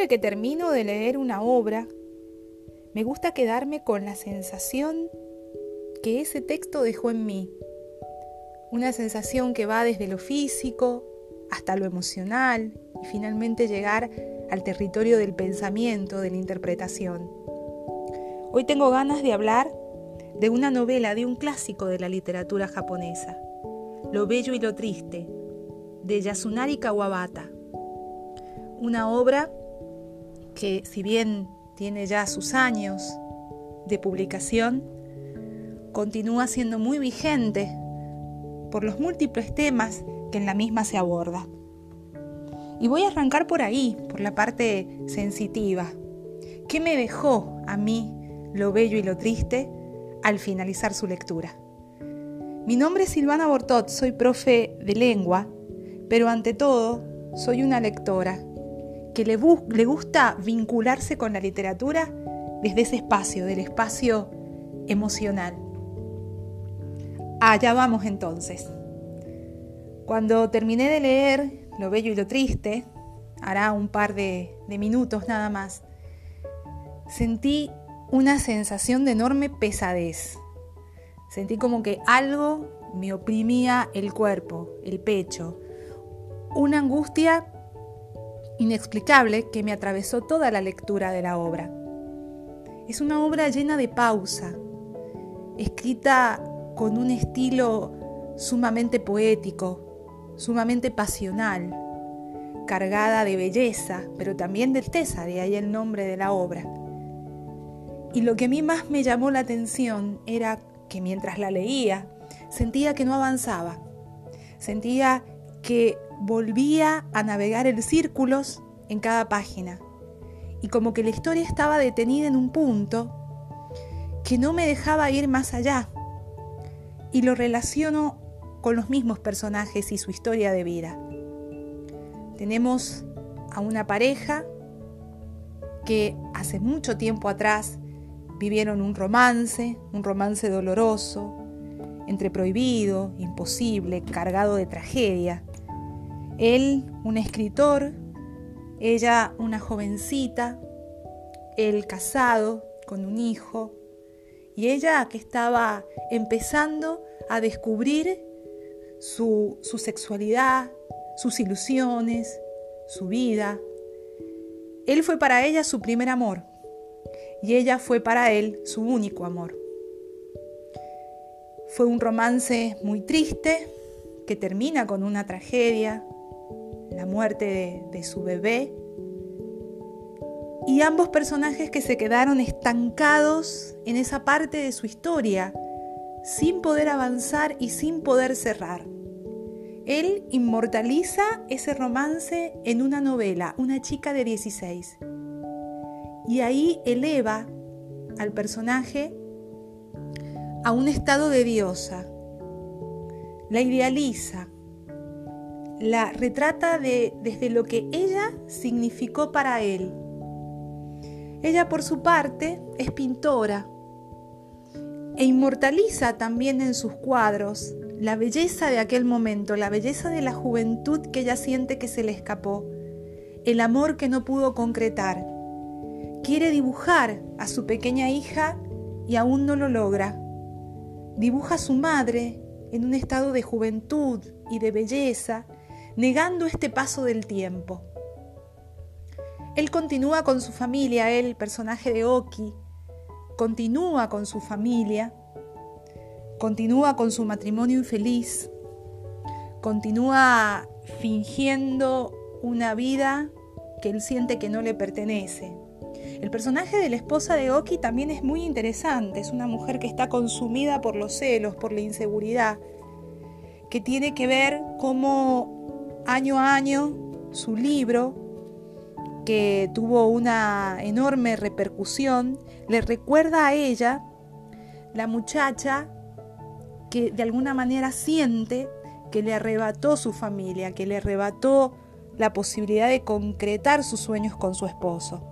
Siempre que termino de leer una obra, me gusta quedarme con la sensación que ese texto dejó en mí. Una sensación que va desde lo físico hasta lo emocional y finalmente llegar al territorio del pensamiento, de la interpretación. Hoy tengo ganas de hablar de una novela, de un clásico de la literatura japonesa, Lo bello y lo triste, de Yasunari Kawabata. Una obra que, si bien tiene ya sus años de publicación, continúa siendo muy vigente por los múltiples temas que en la misma se aborda. Y voy a arrancar por ahí, por la parte sensitiva. ¿Qué me dejó a mí Lo bello y lo triste al finalizar su lectura? Mi nombre es Silvana Bortot, soy profe de lengua, pero ante todo soy una lectora que le gusta vincularse con la literatura desde ese espacio, del espacio emocional. Allá vamos entonces. Cuando terminé de leer Lo bello y lo triste, hará un par de minutos nada más, sentí una sensación de enorme pesadez. Sentí como que algo me oprimía el cuerpo, el pecho. Una angustia inexplicable que me atravesó toda la lectura de la obra. Es una obra llena de pausa, escrita con un estilo sumamente poético, sumamente pasional, cargada de belleza, pero también de tristeza, de ahí el nombre de la obra. Y lo que a mí más me llamó la atención era que mientras la leía, sentía que no avanzaba, sentía que volvía a navegar en círculos en cada página y como que la historia estaba detenida en un punto que no me dejaba ir más allá, y lo relaciono con los mismos personajes y su historia de vida. Tenemos a una pareja que hace mucho tiempo atrás vivieron un romance doloroso, entre prohibido, imposible, cargado de tragedia. Él, un escritor, ella, una jovencita, él casado con un hijo, y ella que estaba empezando a descubrir su sexualidad, sus ilusiones, su vida. Él fue para ella su primer amor, y ella fue para él su único amor. Fue un romance muy triste que termina con una tragedia, la muerte de su bebé, y ambos personajes que se quedaron estancados en esa parte de su historia, sin poder avanzar y sin poder cerrar. Él inmortaliza ese romance en una novela, Una chica de 16, y ahí eleva al personaje a un estado de diosa, la idealiza, la retrata desde lo que ella significó para él. Ella, por su parte, es pintora e inmortaliza también en sus cuadros la belleza de aquel momento, la belleza de la juventud que ella siente que se le escapó, el amor que no pudo concretar. Quiere dibujar a su pequeña hija y aún no lo logra. Dibuja a su madre en un estado de juventud y de belleza, negando este paso del tiempo. Él continúa con su familia, el personaje de Oki, continúa con su familia, continúa con su matrimonio infeliz, continúa fingiendo una vida que él siente que no le pertenece. El personaje de la esposa de Oki también es muy interesante, es una mujer que está consumida por los celos, por la inseguridad, que tiene que ver cómo año a año su libro, que tuvo una enorme repercusión, le recuerda a ella, la muchacha que de alguna manera siente que le arrebató su familia, que le arrebató la posibilidad de concretar sus sueños con su esposo.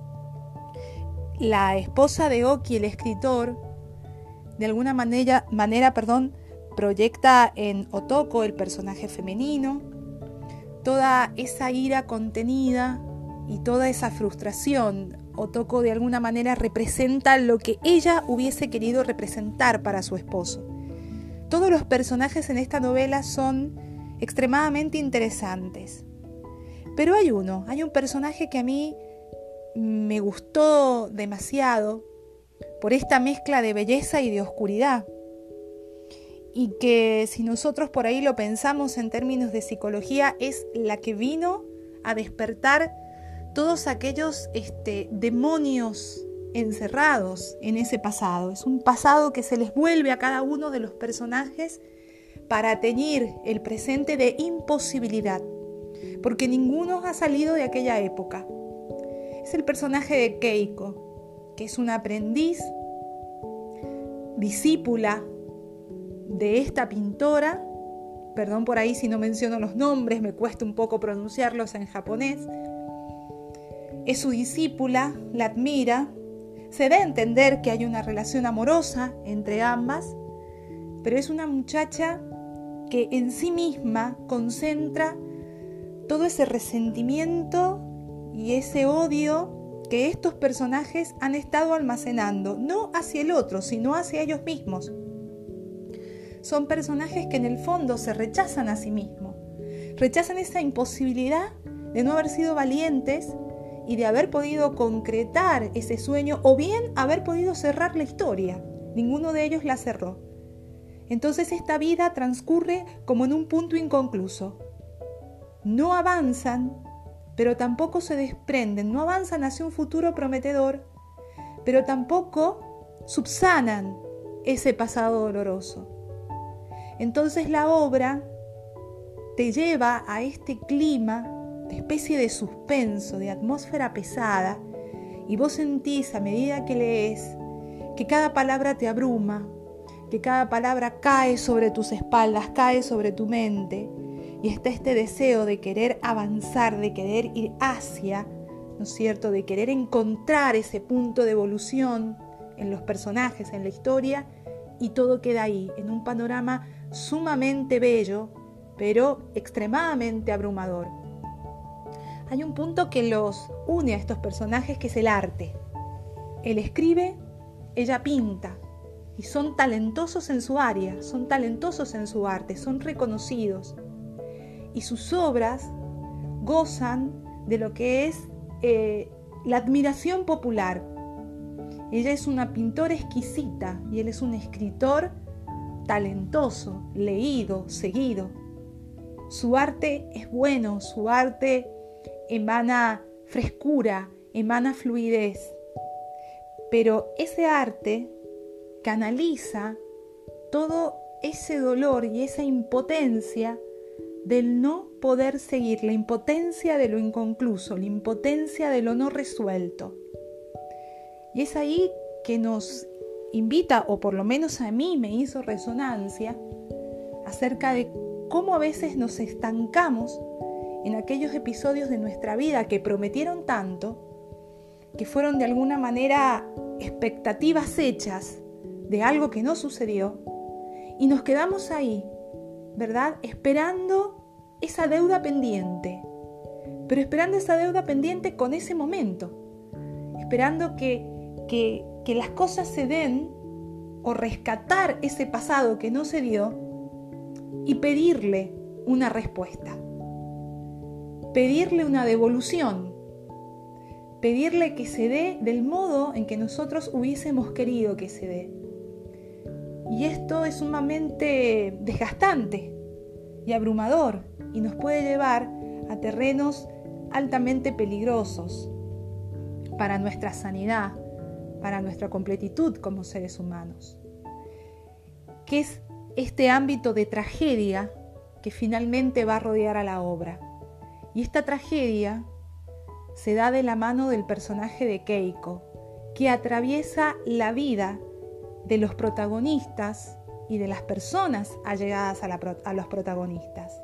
La esposa de Oki, el escritor, de alguna manera, proyecta en Otoko, el personaje femenino, toda esa ira contenida y toda esa frustración. Otoko de alguna manera representa lo que ella hubiese querido representar para su esposo. Todos los personajes en esta novela son extremadamente interesantes. Pero hay un personaje que a mí me gustó demasiado por esta mezcla de belleza y de oscuridad. Y que si nosotros por ahí lo pensamos en términos de psicología, es la que vino a despertar todos aquellos demonios encerrados en ese pasado. Es un pasado que se les vuelve a cada uno de los personajes para teñir el presente de imposibilidad, porque ninguno ha salido de aquella época. Es el personaje de Keiko, que es una aprendiz, discípula de esta pintora. Perdón por ahí si no menciono los nombres, me cuesta un poco pronunciarlos en japonés. Es su discípula, la admira, se da a entender que hay una relación amorosa entre ambas, pero es una muchacha que en sí misma concentra todo ese resentimiento y ese odio que estos personajes han estado almacenando, no hacia el otro, sino hacia ellos mismos. Son personajes que en el fondo se rechazan a sí mismos, rechazan esa imposibilidad de no haber sido valientes y de haber podido concretar ese sueño o bien haber podido cerrar la historia. Ninguno de ellos la cerró. Entonces esta vida transcurre como en un punto inconcluso. No avanzan, pero tampoco se desprenden, no avanzan hacia un futuro prometedor, pero tampoco subsanan ese pasado doloroso. Entonces la obra te lleva a este clima de especie de suspenso, de atmósfera pesada, y vos sentís a medida que lees que cada palabra te abruma, que cada palabra cae sobre tus espaldas, cae sobre tu mente, y está este deseo de querer avanzar, de querer ir hacia, ¿no es cierto?, de querer encontrar ese punto de evolución en los personajes, en la historia, y todo queda ahí, en un panorama sumamente bello, pero extremadamente abrumador. Hay un punto que los une a estos personajes, que es el arte. Él escribe, ella pinta, y son talentosos en su área, son talentosos en su arte, son reconocidos. Y sus obras gozan de lo que es la admiración popular. Ella es una pintora exquisita y él es un escritor talentoso, leído, seguido. Su arte es bueno, su arte emana frescura, emana fluidez. Pero ese arte canaliza todo ese dolor y esa impotencia del no poder seguir, la impotencia de lo inconcluso, la impotencia de lo no resuelto. Y es ahí que nos invita, o por lo menos a mí me hizo resonancia, acerca de cómo a veces nos estancamos en aquellos episodios de nuestra vida que prometieron tanto, que fueron de alguna manera expectativas hechas de algo que no sucedió, y nos quedamos ahí, ¿verdad?, esperando esa deuda pendiente, pero esperando esa deuda pendiente con ese momento, esperando que las cosas se den, o rescatar ese pasado que no se dio y pedirle una respuesta, pedirle una devolución, pedirle que se dé del modo en que nosotros hubiésemos querido que se dé. Y esto es sumamente desgastante y abrumador y nos puede llevar a terrenos altamente peligrosos para nuestra sanidad, para nuestra completitud como seres humanos. ¿Qué es este ámbito de tragedia que finalmente va a rodear a la obra? Y esta tragedia se da de la mano del personaje de Keiko, que atraviesa la vida de los protagonistas y de las personas allegadas a los protagonistas.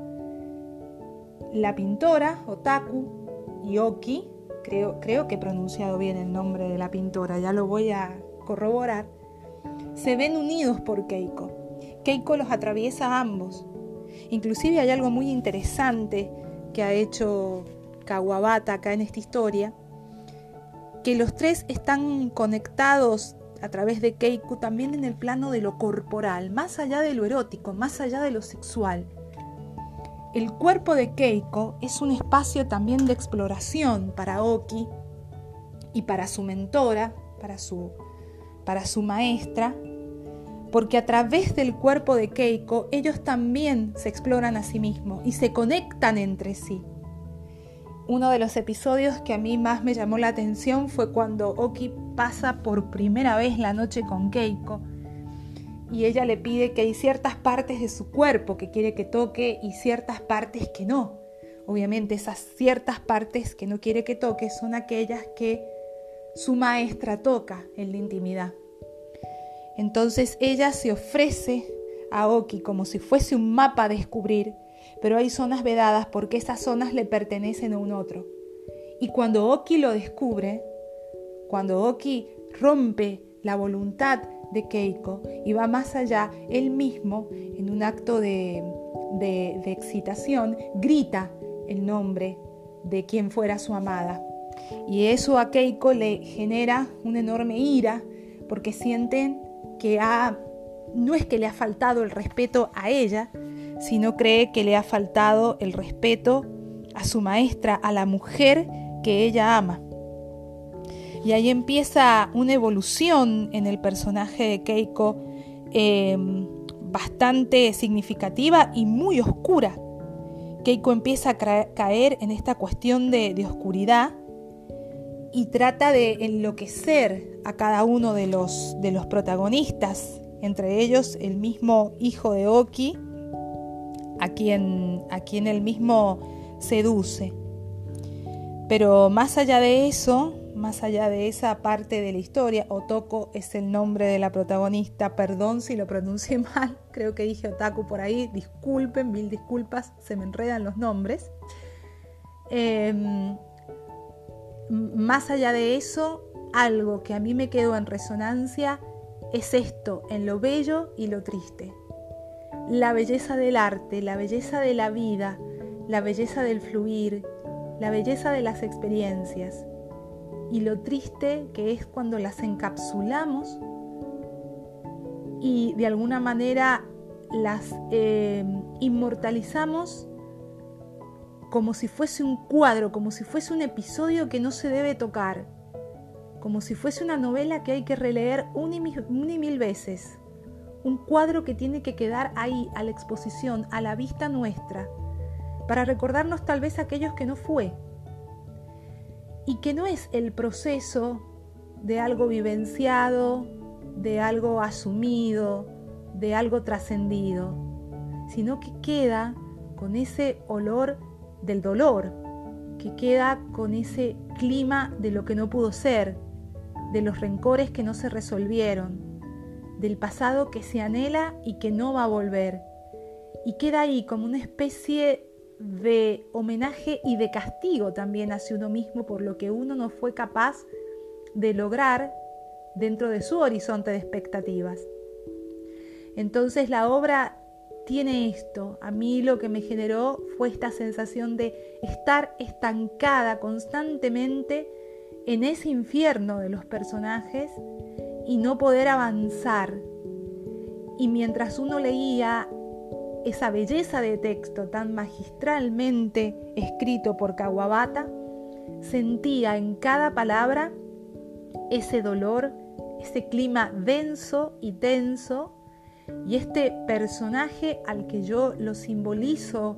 La pintora, Otaku, y Oki, creo que he pronunciado bien el nombre de la pintora, ya lo voy a corroborar, se ven unidos por Keiko. Keiko los atraviesa a ambos. Inclusive hay algo muy interesante que ha hecho Kawabata acá en esta historia, que los tres están conectados a través de Keiko también en el plano de lo corporal, más allá de lo erótico, más allá de lo sexual. El cuerpo de Keiko es un espacio también de exploración para Oki y para su mentora, para su maestra, porque a través del cuerpo de Keiko ellos también se exploran a sí mismos y se conectan entre sí. Uno de los episodios que a mí más me llamó la atención fue cuando Oki pasa por primera vez la noche con Keiko y ella le pide que hay ciertas partes de su cuerpo que quiere que toque y ciertas partes que no. Obviamente esas ciertas partes que no quiere que toque son aquellas que su maestra toca en la intimidad. Entonces ella se ofrece a Oki como si fuese un mapa a descubrir, pero hay zonas vedadas porque esas zonas le pertenecen a un otro. Y cuando Oki lo descubre, cuando Oki rompe la voluntad de Keiko y va más allá, él mismo, en un acto de excitación, grita el nombre de quien fuera su amada. Y eso a Keiko le genera una enorme ira porque sienten que no es que le ha faltado el respeto a ella, sino cree que le ha faltado el respeto a su maestra, a la mujer que ella ama. Y ahí empieza una evolución en el personaje de Keiko bastante significativa y muy oscura. Keiko empieza a caer en esta cuestión de oscuridad y trata de enloquecer a cada uno de los protagonistas, entre ellos el mismo hijo de Oki, a quien él mismo seduce. Pero más allá de eso, más allá de esa parte de la historia, Otoko es el nombre de la protagonista, perdón si lo pronuncié mal, creo que dije otaku por ahí, disculpen, mil disculpas, se me enredan los nombres. Más allá de eso, algo que a mí me quedó en resonancia es esto, en lo bello y lo triste. La belleza del arte, la belleza de la vida, la belleza del fluir, la belleza de las experiencias y lo triste que es cuando las encapsulamos y de alguna manera las inmortalizamos como si fuese un cuadro, como si fuese un episodio que no se debe tocar, como si fuese una novela que hay que releer una y mil veces, un cuadro que tiene que quedar ahí, a la exposición, a la vista nuestra, para recordarnos tal vez aquellos que no fue, y que no es el proceso de algo vivenciado, de algo asumido, de algo trascendido, sino que queda con ese olor del dolor, que queda con ese clima de lo que no pudo ser, de los rencores que no se resolvieron, del pasado que se anhela y que no va a volver, y queda ahí como una especie de homenaje y de castigo también hacia uno mismo por lo que uno no fue capaz de lograr dentro de su horizonte de expectativas. Entonces la obra tiene esto. A mí lo que me generó fue esta sensación de estar estancada constantemente en ese infierno de los personajes y no poder avanzar. Y mientras uno leía esa belleza de texto tan magistralmente escrito por Kawabata, sentía en cada palabra ese dolor, ese clima denso y tenso, y este personaje al que yo lo simbolizo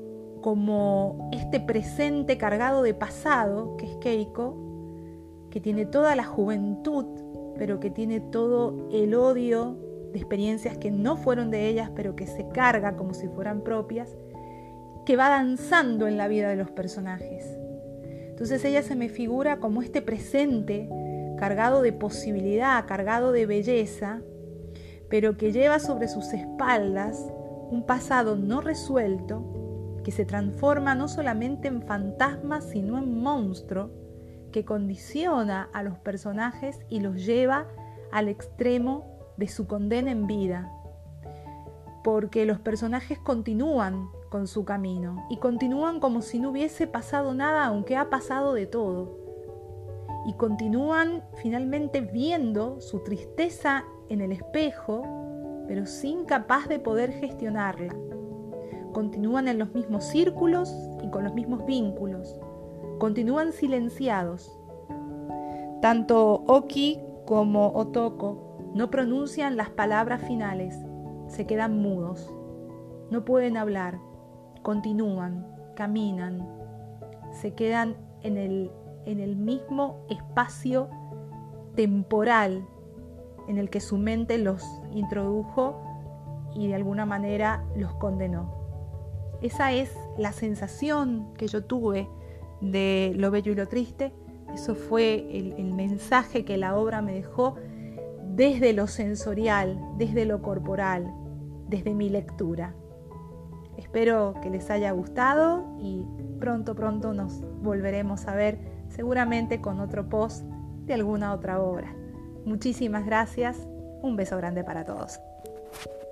como este presente cargado de pasado, que es Keiko, que tiene toda la juventud, pero que tiene todo el odio de experiencias que no fueron de ellas, pero que se carga como si fueran propias, que va danzando en la vida de los personajes. Entonces ella se me figura como este presente cargado de posibilidad, cargado de belleza, pero que lleva sobre sus espaldas un pasado no resuelto, que se transforma no solamente en fantasma, sino en monstruo, que condiciona a los personajes y los lleva al extremo de su condena en vida. Porque los personajes continúan con su camino y continúan como si no hubiese pasado nada, aunque ha pasado de todo. Y continúan finalmente viendo su tristeza en el espejo, pero sin capaz de poder gestionarla. Continúan en los mismos círculos y con los mismos vínculos. Continúan silenciados. Tanto Oki como Otoko no pronuncian las palabras finales, se quedan mudos. No pueden hablar, continúan, caminan, se quedan en el mismo espacio temporal en el que su mente los introdujo y de alguna manera los condenó. Esa es la sensación que yo tuve de Lo bello y lo triste. Eso fue el mensaje que la obra me dejó desde lo sensorial, desde lo corporal, desde mi lectura. Espero que les haya gustado y pronto nos volveremos a ver, seguramente con otro post de alguna otra obra. Muchísimas gracias, un beso grande para todos.